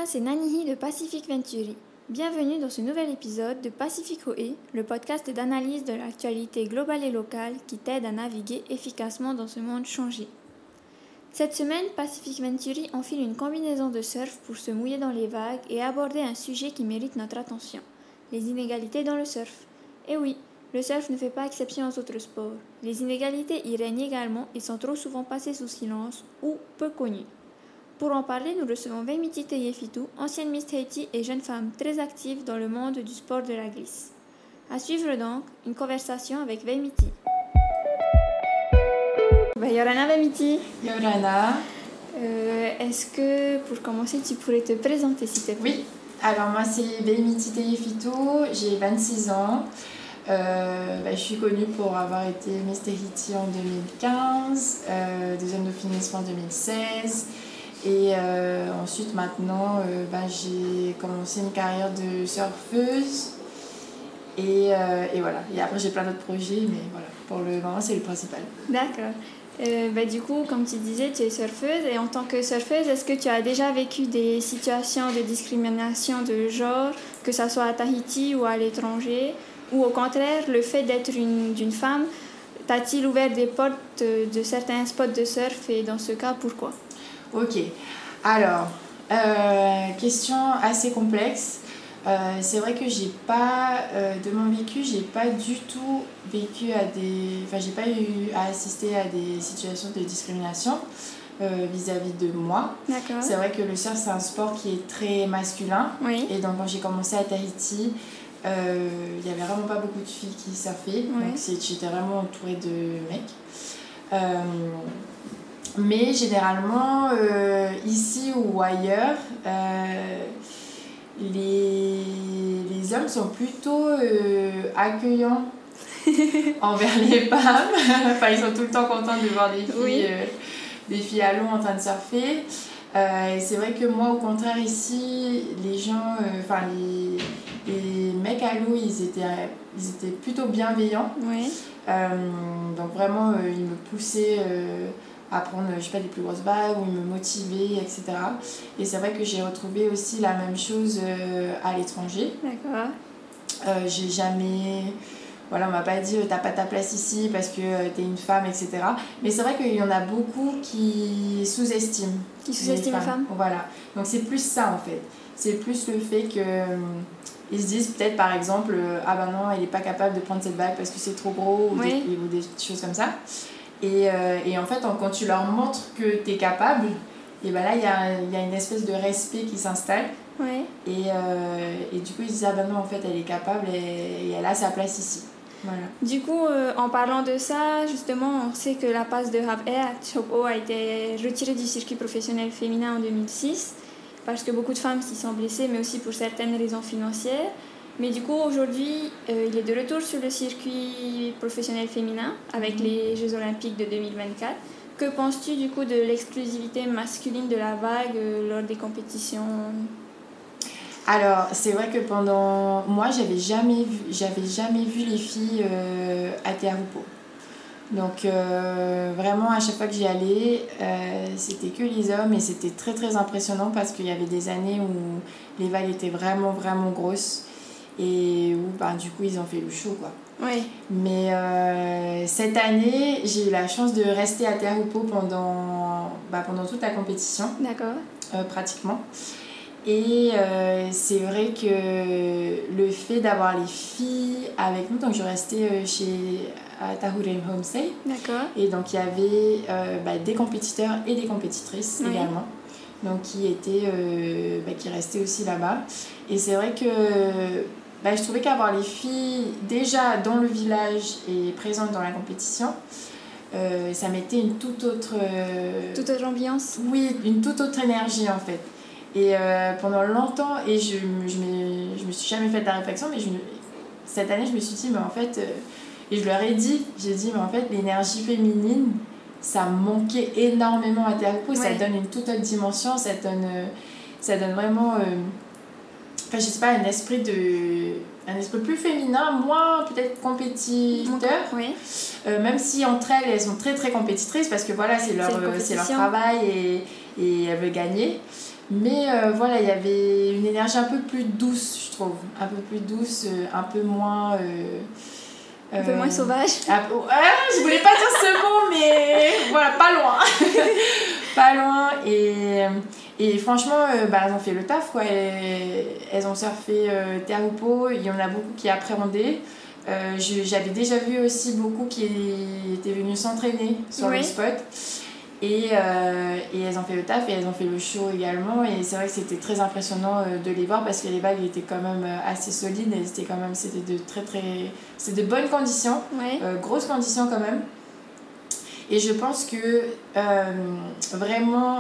c'est Nanihi de Pacific Venturi. Bienvenue dans ce nouvel épisode de Pacific OE, le podcast d'analyse de l'actualité globale et locale qui t'aide à naviguer efficacement dans ce monde changé. Cette semaine, Pacific Venturi enfile une combinaison de surf pour se mouiller dans les vagues et aborder un sujet qui mérite notre attention, les inégalités dans le surf. Et oui, le surf ne fait pas exception aux autres sports. Les inégalités y règnent également et sont trop souvent passées sous silence ou peu connues. Pour en parler, nous recevons Veimiti Teyefitu, ancienne Miss Haiti et jeune femme très active dans le monde du sport de la glisse. À suivre donc, une conversation avec Veimiti. Yorana Veimiti. Yorana. Est-ce que, pour commencer, tu pourrais te présenter s'il te plaît? Oui, alors moi c'est Veimiti Teyefitu, j'ai 26 ans. Je suis connue pour avoir été Miss Tahiti en 2015, deuxième Dauphine en 2016. Et ensuite, maintenant, j'ai commencé une carrière de surfeuse. Et voilà. Et après, j'ai plein d'autres projets, mais voilà, pour le moment, c'est le principal. D'accord. Du coup, comme tu disais, tu es surfeuse. Et en tant que surfeuse, est-ce que tu as déjà vécu des situations de discrimination de genre, que ce soit à Tahiti ou à l'étranger? Ou au contraire, le fait d'être d'une femme, t'a-t-il ouvert des portes de certains spots de surf? Et dans ce cas, pourquoi? Ok, alors, question assez complexe. C'est vrai que j'ai pas, de mon vécu, j'ai pas du tout vécu j'ai pas eu à assister à des situations de discrimination vis-à-vis de moi. D'accord. C'est vrai que le surf, c'est un sport qui est très masculin. Oui. Et donc, quand j'ai commencé à Tahiti, il y avait vraiment pas beaucoup de filles qui surfaient. Oui. Donc, j'étais vraiment entourée de mecs. Mais généralement, ici ou ailleurs, les hommes sont plutôt accueillants envers les femmes. Enfin, ils sont tout le temps contents de voir des filles à l'eau en train de surfer. Et c'est vrai que moi, au contraire, ici, les gens, les mecs à l'eau, ils étaient plutôt bienveillants. Oui. Donc vraiment, ils me poussaient à prendre, des plus grosses vagues, ou ils me motivaient, etc. Et c'est vrai que j'ai retrouvé aussi la même chose à l'étranger. D'accord. J'ai jamais... Voilà, on m'a pas dit t'as pas ta place ici parce que t'es une femme, etc. Mais c'est vrai qu'il y en a beaucoup qui sous-estiment. Qui sous-estiment les femmes. Voilà. Donc c'est plus ça en fait. C'est plus le fait que ils se disent peut-être par exemple non, elle est pas capable de prendre cette vague parce que c'est trop gros ou, oui. ou des choses comme ça. Et en fait, quand tu leur montres que t'es capable, et là il y a une espèce de respect qui s'installe. Oui. Et du coup ils disent non, en fait elle est capable et elle a sa place ici. Voilà. Du coup, en parlant de ça, justement, on sait que la passe de Have Air à Chopo a été retirée du circuit professionnel féminin en 2006 parce que beaucoup de femmes s'y sont blessées, mais aussi pour certaines raisons financières. Mais du coup, aujourd'hui, il est de retour sur le circuit professionnel féminin avec les Jeux Olympiques de 2024. Que penses-tu du coup de l'exclusivité masculine de la vague lors des compétitions? Alors, c'est vrai que moi, j'avais jamais vu les filles à Teahupo'o. Donc, vraiment, à chaque fois que j'y allais, c'était que les hommes et c'était très, très impressionnant parce qu'il y avait des années où les vagues étaient vraiment, vraiment grosses et où, du coup, ils ont fait le show, quoi. Oui. Mais cette année, j'ai eu la chance de rester à Teahupo'o pendant toute la compétition. D'accord. Pratiquement. Et c'est vrai que le fait d'avoir les filles avec nous, donc je restais à Tahurim Homestay. D'accord. Et donc il y avait des compétiteurs et des compétitrices également, donc qui restaient aussi là-bas. Et c'est vrai que je trouvais qu'avoir les filles déjà dans le village et présentes dans la compétition, ça mettait une toute autre ambiance. Oui, une toute autre énergie en fait. Et pendant longtemps, et je me suis jamais fait de la réflexion, mais cette année je me suis dit, mais en fait, et je leur ai dit, mais en fait l'énergie féminine, ça manquait énormément à Teahupo'o, ça donne une toute autre dimension, ça donne vraiment, je sais pas, un esprit plus féminin, moins peut-être compétiteur. Oui. Même si entre elles sont très très compétitrices, parce que voilà, c'est leur travail et elles veulent gagner. Mais voilà, il y avait une énergie un peu plus douce, je trouve. Un peu plus douce, un peu moins... un peu moins sauvage. Je voulais pas dire ce mot, mais voilà, pas loin. Pas loin. Et franchement, elles ont fait le taf, quoi. Elles ont surfé Teahupo'o. Il y en a beaucoup qui appréhendaient. J'avais déjà vu aussi beaucoup qui étaient venus s'entraîner sur le spot. Et elles ont fait le taf et elles ont fait le show également. Et c'est vrai que c'était très impressionnant de les voir parce que les vagues étaient quand même assez solides et c'était de bonnes conditions, grosses conditions quand même. Et je pense que vraiment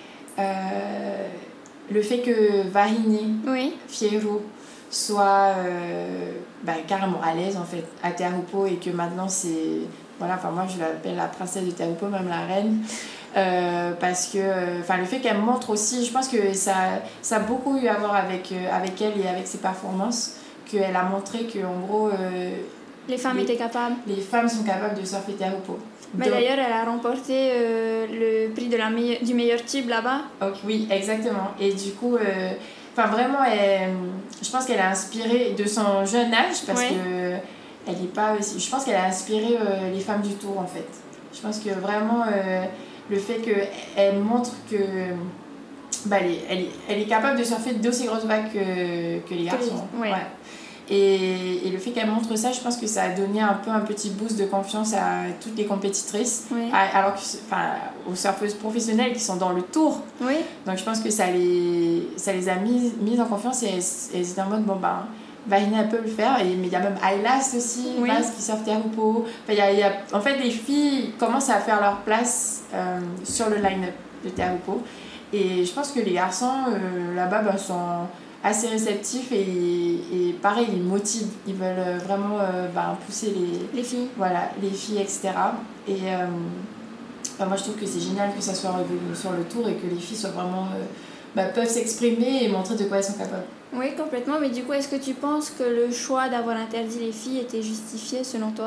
le fait que Vahine Fierro soit carrément à l'aise en fait à Teahupo'o et que maintenant c'est... Voilà, enfin moi je l'appelle la princesse de Teahupo'o, même la reine. Parce que le fait qu'elle montre aussi, je pense que ça a beaucoup eu à voir avec elle et avec ses performances, qu'elle a montré qu'en gros les femmes étaient capables. Les femmes sont capables de surfer Teahupo'o. Mais d'ailleurs elle a remporté le prix du meilleur tube là-bas. Oui, exactement. Et du coup vraiment je pense qu'elle a inspiré de son jeune âge parce que elle est pas aussi, je pense qu'elle a inspiré les femmes du tour en fait. Je pense que vraiment le fait qu'elle montre que elle est capable de surfer d'aussi grosses vagues que les garçons. Et le fait qu'elle montre ça, je pense que ça a donné un petit boost de confiance à toutes les compétitrices, alors que, aux surfeuses professionnelles qui sont dans le tour. Donc je pense que ça les a mises en confiance et elles étaient en mode Vahine elle peut le faire, mais il y a même Aylas aussi, qui surfe Teahupo'o. En fait, les filles commencent à faire leur place sur le line-up de Teahupo'o. Et je pense que les garçons là-bas sont assez réceptifs et pareil, ils motivent. Ils veulent vraiment pousser les filles. Voilà, les filles, etc. Et moi, je trouve que c'est génial que ça soit revenu sur le tour et que les filles soient vraiment... peuvent s'exprimer et montrer de quoi elles sont capables. Oui, complètement. Mais du coup, est-ce que tu penses que le choix d'avoir interdit les filles était justifié selon toi ?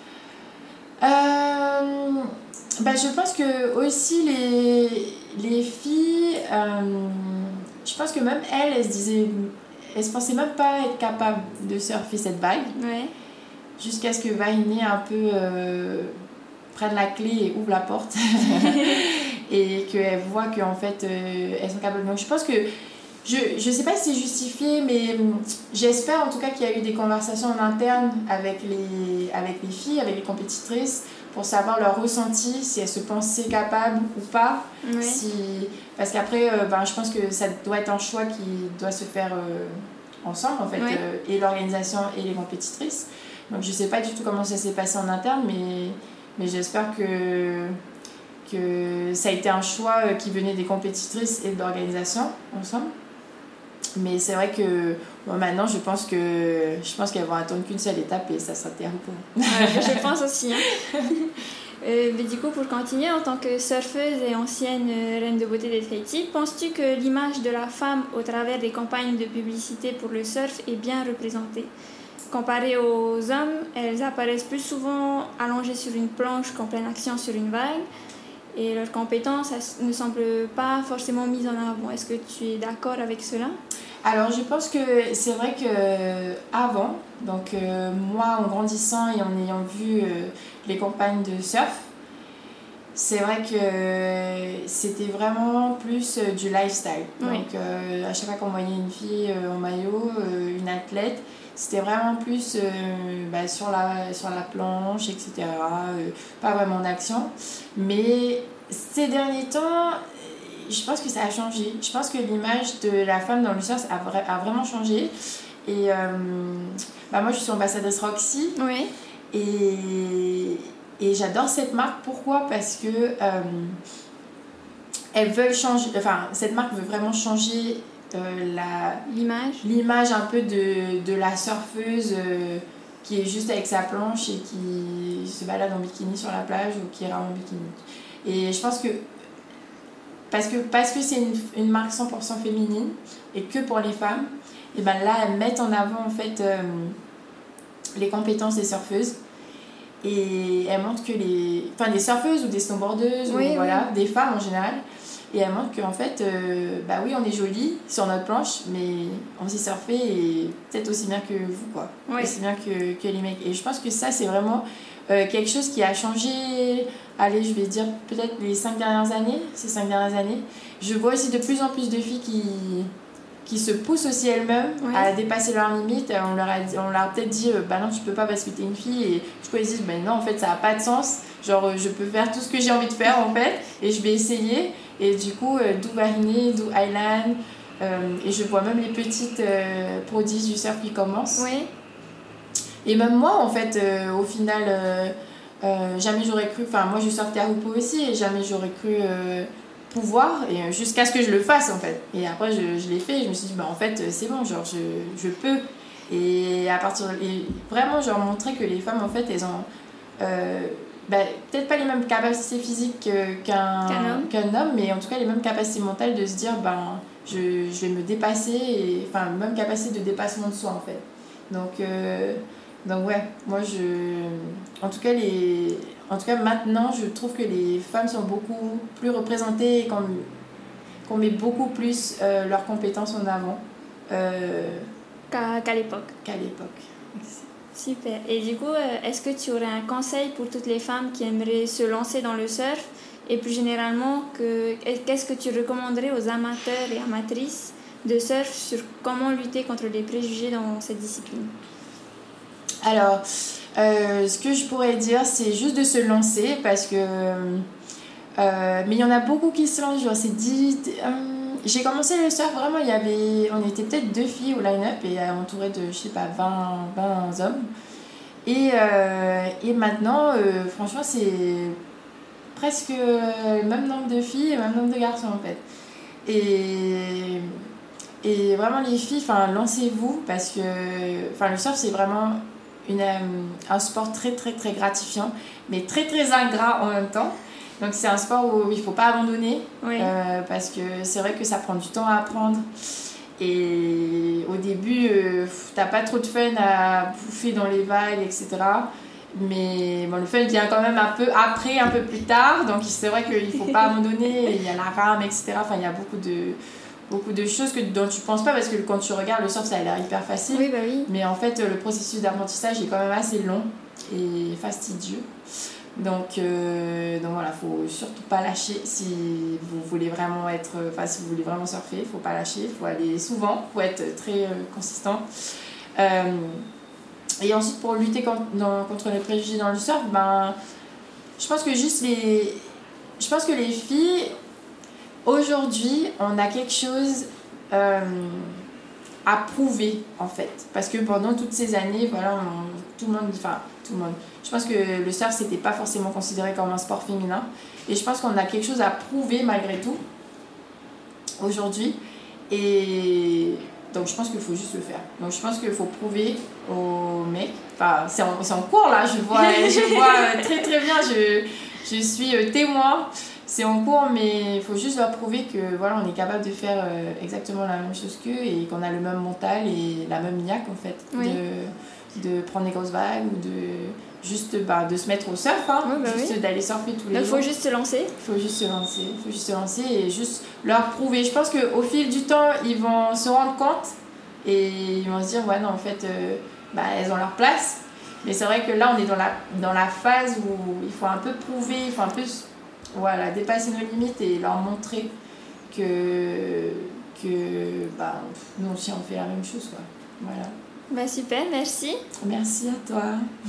Je pense que aussi les filles, je pense que même elles se pensaient même pas être capables de surfer cette vague. Jusqu'à ce que Vahine un peu prenne la clé et ouvre la porte et qu'elles voient qu'en fait elles sont capables. Donc je pense que je sais pas si c'est justifié, mais j'espère en tout cas qu'il y a eu des conversations en interne avec les filles, avec les compétitrices, pour savoir leur ressenti, si elles se pensaient capables ou pas. Parce qu'après, je pense que ça doit être un choix qui doit se faire ensemble, en fait, et l'organisation et les compétitrices. Donc je sais pas du tout comment ça s'est passé en interne, mais j'espère que ça a été un choix qui venait des compétitrices et de l'organisation ensemble. Mais c'est vrai que maintenant je pense qu'elles vont attendre qu'une seule étape et ça sera Teahupo'o. Je pense aussi. Mais du coup, pour continuer, en tant que surfeuse et ancienne reine de beauté des Tahiti, penses-tu que l'image de la femme au travers des campagnes de publicité pour le surf est bien représentée ? Comparées aux hommes, elles apparaissent plus souvent allongées sur une planche qu'en pleine action sur une vague. Et leurs compétences ne semblent pas forcément mises en avant. Est-ce que tu es d'accord avec cela ? Alors je pense que c'est vrai qu'avant, donc moi en grandissant et en ayant vu les campagnes de surf, c'est vrai que c'était vraiment plus du lifestyle. Donc à chaque fois qu'on voyait une fille en maillot, une athlète, c'était vraiment plus sur la planche, etc. Pas vraiment d'action. Mais ces derniers temps, je pense que ça a changé. Je pense que l'image de la femme dans le surf a vraiment changé. Et moi, je suis ambassadrice Roxy. Et j'adore cette marque. Pourquoi ? Parce que elles veulent changer. Cette marque veut vraiment changer l'image un peu de la surfeuse qui est juste avec sa planche et qui se balade en bikini sur la plage ou qui ira en bikini. Et je pense que parce que c'est une marque 100% féminine et que pour les femmes, et là elles mettent en avant en fait les compétences des surfeuses et elles montrent que des surfeuses ou des snowboardeuses des femmes en général, Et elle montre qu'en fait, bah oui, on est jolie sur notre planche, mais on sait surfer et peut-être aussi bien que vous, quoi. Ouais. Aussi bien que les mecs. Et je pense que ça, c'est vraiment quelque chose qui a changé, allez, je vais dire peut-être les 5 dernières années, ces 5 dernières années. Je vois aussi de plus en plus de filles qui se poussent aussi elles-mêmes à dépasser leurs limites. On leur a peut-être dit, bah non, tu peux pas parce que t'es une fille. Et du coup, elles disent, bah non, en fait, ça a pas de sens. Genre, je peux faire tout ce que j'ai envie de faire, en fait, et je vais essayer. Et du coup, d'où Vahiné, d'où Island. Et je vois même les petites prodiges du surf qui commencent. Oui. Et même moi, en fait, au final, jamais j'aurais cru... Enfin, moi, je surfe Teahupo'o aussi, et jamais j'aurais cru pouvoir, et jusqu'à ce que je le fasse, en fait. Et après, je l'ai fait, et je me suis dit, bah, en fait, c'est bon, genre, je peux. Et à partir de... Et vraiment, genre, montrer que les femmes, en fait, elles ont... bah, peut-être pas les mêmes capacités physiques qu'un homme, mais en tout cas, les mêmes capacités mentales de se dire, ben, je vais me dépasser, et, enfin, même capacité de dépassement de soi, en fait. Donc ouais, moi en tout cas maintenant je trouve que les femmes sont beaucoup plus représentées et qu'on met beaucoup plus leurs compétences en avant qu'à l'époque. Super. Et du coup, est-ce que tu aurais un conseil pour toutes les femmes qui aimeraient se lancer dans le surf? Et plus généralement, qu'est-ce que tu recommanderais aux amateurs et amatrices de surf sur comment lutter contre les préjugés dans cette discipline? Alors, ce que je pourrais dire, c'est juste de se lancer parce que... mais il y en a beaucoup qui se lancent, genre c'est 10... j'ai commencé le surf, vraiment, on était peut-être 2 filles au line-up et entourées de, je sais pas, 20 hommes. Et maintenant, franchement, c'est presque le même nombre de filles et le même nombre de garçons, en fait. Et vraiment, les filles, lancez-vous parce que le surf, c'est vraiment un sport très, très, très gratifiant, mais très, très ingrat en même temps. Donc c'est un sport où il ne faut pas abandonner, parce que c'est vrai que ça prend du temps à apprendre. Et au début, t'as pas trop de fun à bouffer dans les vagues, etc. Mais bon, le fun vient quand même un peu après, un peu plus tard. Donc c'est vrai qu'il ne faut pas abandonner. Il y a la rame, etc. Enfin, il y a beaucoup de choses dont tu ne penses pas, parce que quand tu regardes le surf, ça a l'air hyper facile. Oui, bah oui. Mais en fait, le processus d'apprentissage est quand même assez long et fastidieux. Donc voilà, faut surtout pas lâcher si vous voulez vraiment si vous voulez vraiment surfer, il faut pas lâcher, il faut aller souvent, il faut être très consistant. Et ensuite, pour lutter contre les préjugés dans le surf, je pense que les filles, aujourd'hui, on a quelque chose à prouver, en fait. Parce que pendant toutes ces années, voilà, tout le monde, je pense que le surf, c'était pas forcément considéré comme un sport féminin. Et je pense qu'on a quelque chose à prouver malgré tout, aujourd'hui. Et donc, je pense qu'il faut juste le faire. Donc, je pense qu'il faut prouver aux mecs. Enfin, c'est en cours, là. Je vois très, très bien. Je suis témoin. C'est en cours, mais il faut juste leur prouver que voilà, on est capable de faire exactement la même chose qu'eux et qu'on a le même mental et la même niaque, en fait. Oui. De prendre des grosses vagues ou de se mettre au surf, d'aller surfer tous les jours. Donc il faut juste se lancer. Il faut juste se lancer et juste leur prouver. Je pense qu'au fil du temps, ils vont se rendre compte et ils vont se dire, ouais, non, en fait, elles ont leur place. Mais c'est vrai que là, on est dans la phase où il faut un peu prouver, il faut un peu dépasser nos limites et leur montrer que nous aussi, on fait la même chose, quoi. Voilà. Super, merci. Merci à toi.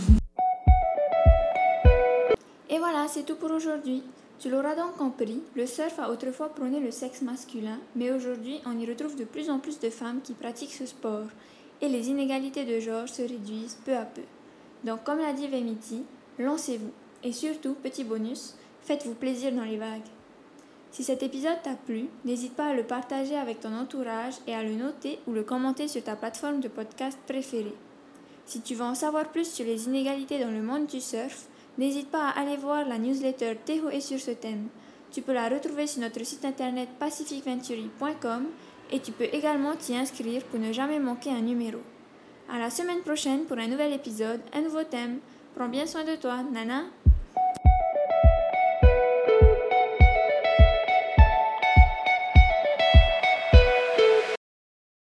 Et voilà, c'est tout pour aujourd'hui. Tu l'auras donc compris, le surf a autrefois prôné le sexe masculin, mais aujourd'hui, on y retrouve de plus en plus de femmes qui pratiquent ce sport, et les inégalités de genre se réduisent peu à peu. Donc, comme l'a dit Vemiti, lancez-vous. Et surtout, petit bonus, faites-vous plaisir dans les vagues. Si cet épisode t'a plu, n'hésite pas à le partager avec ton entourage et à le noter ou le commenter sur ta plateforme de podcast préférée. Si tu veux en savoir plus sur les inégalités dans le monde du surf, n'hésite pas à aller voir la newsletter Tehoe sur ce thème. Tu peux la retrouver sur notre site internet pacificventuri.com et tu peux également t'y inscrire pour ne jamais manquer un numéro. À la semaine prochaine pour un nouvel épisode, un nouveau thème. Prends bien soin de toi, Nana.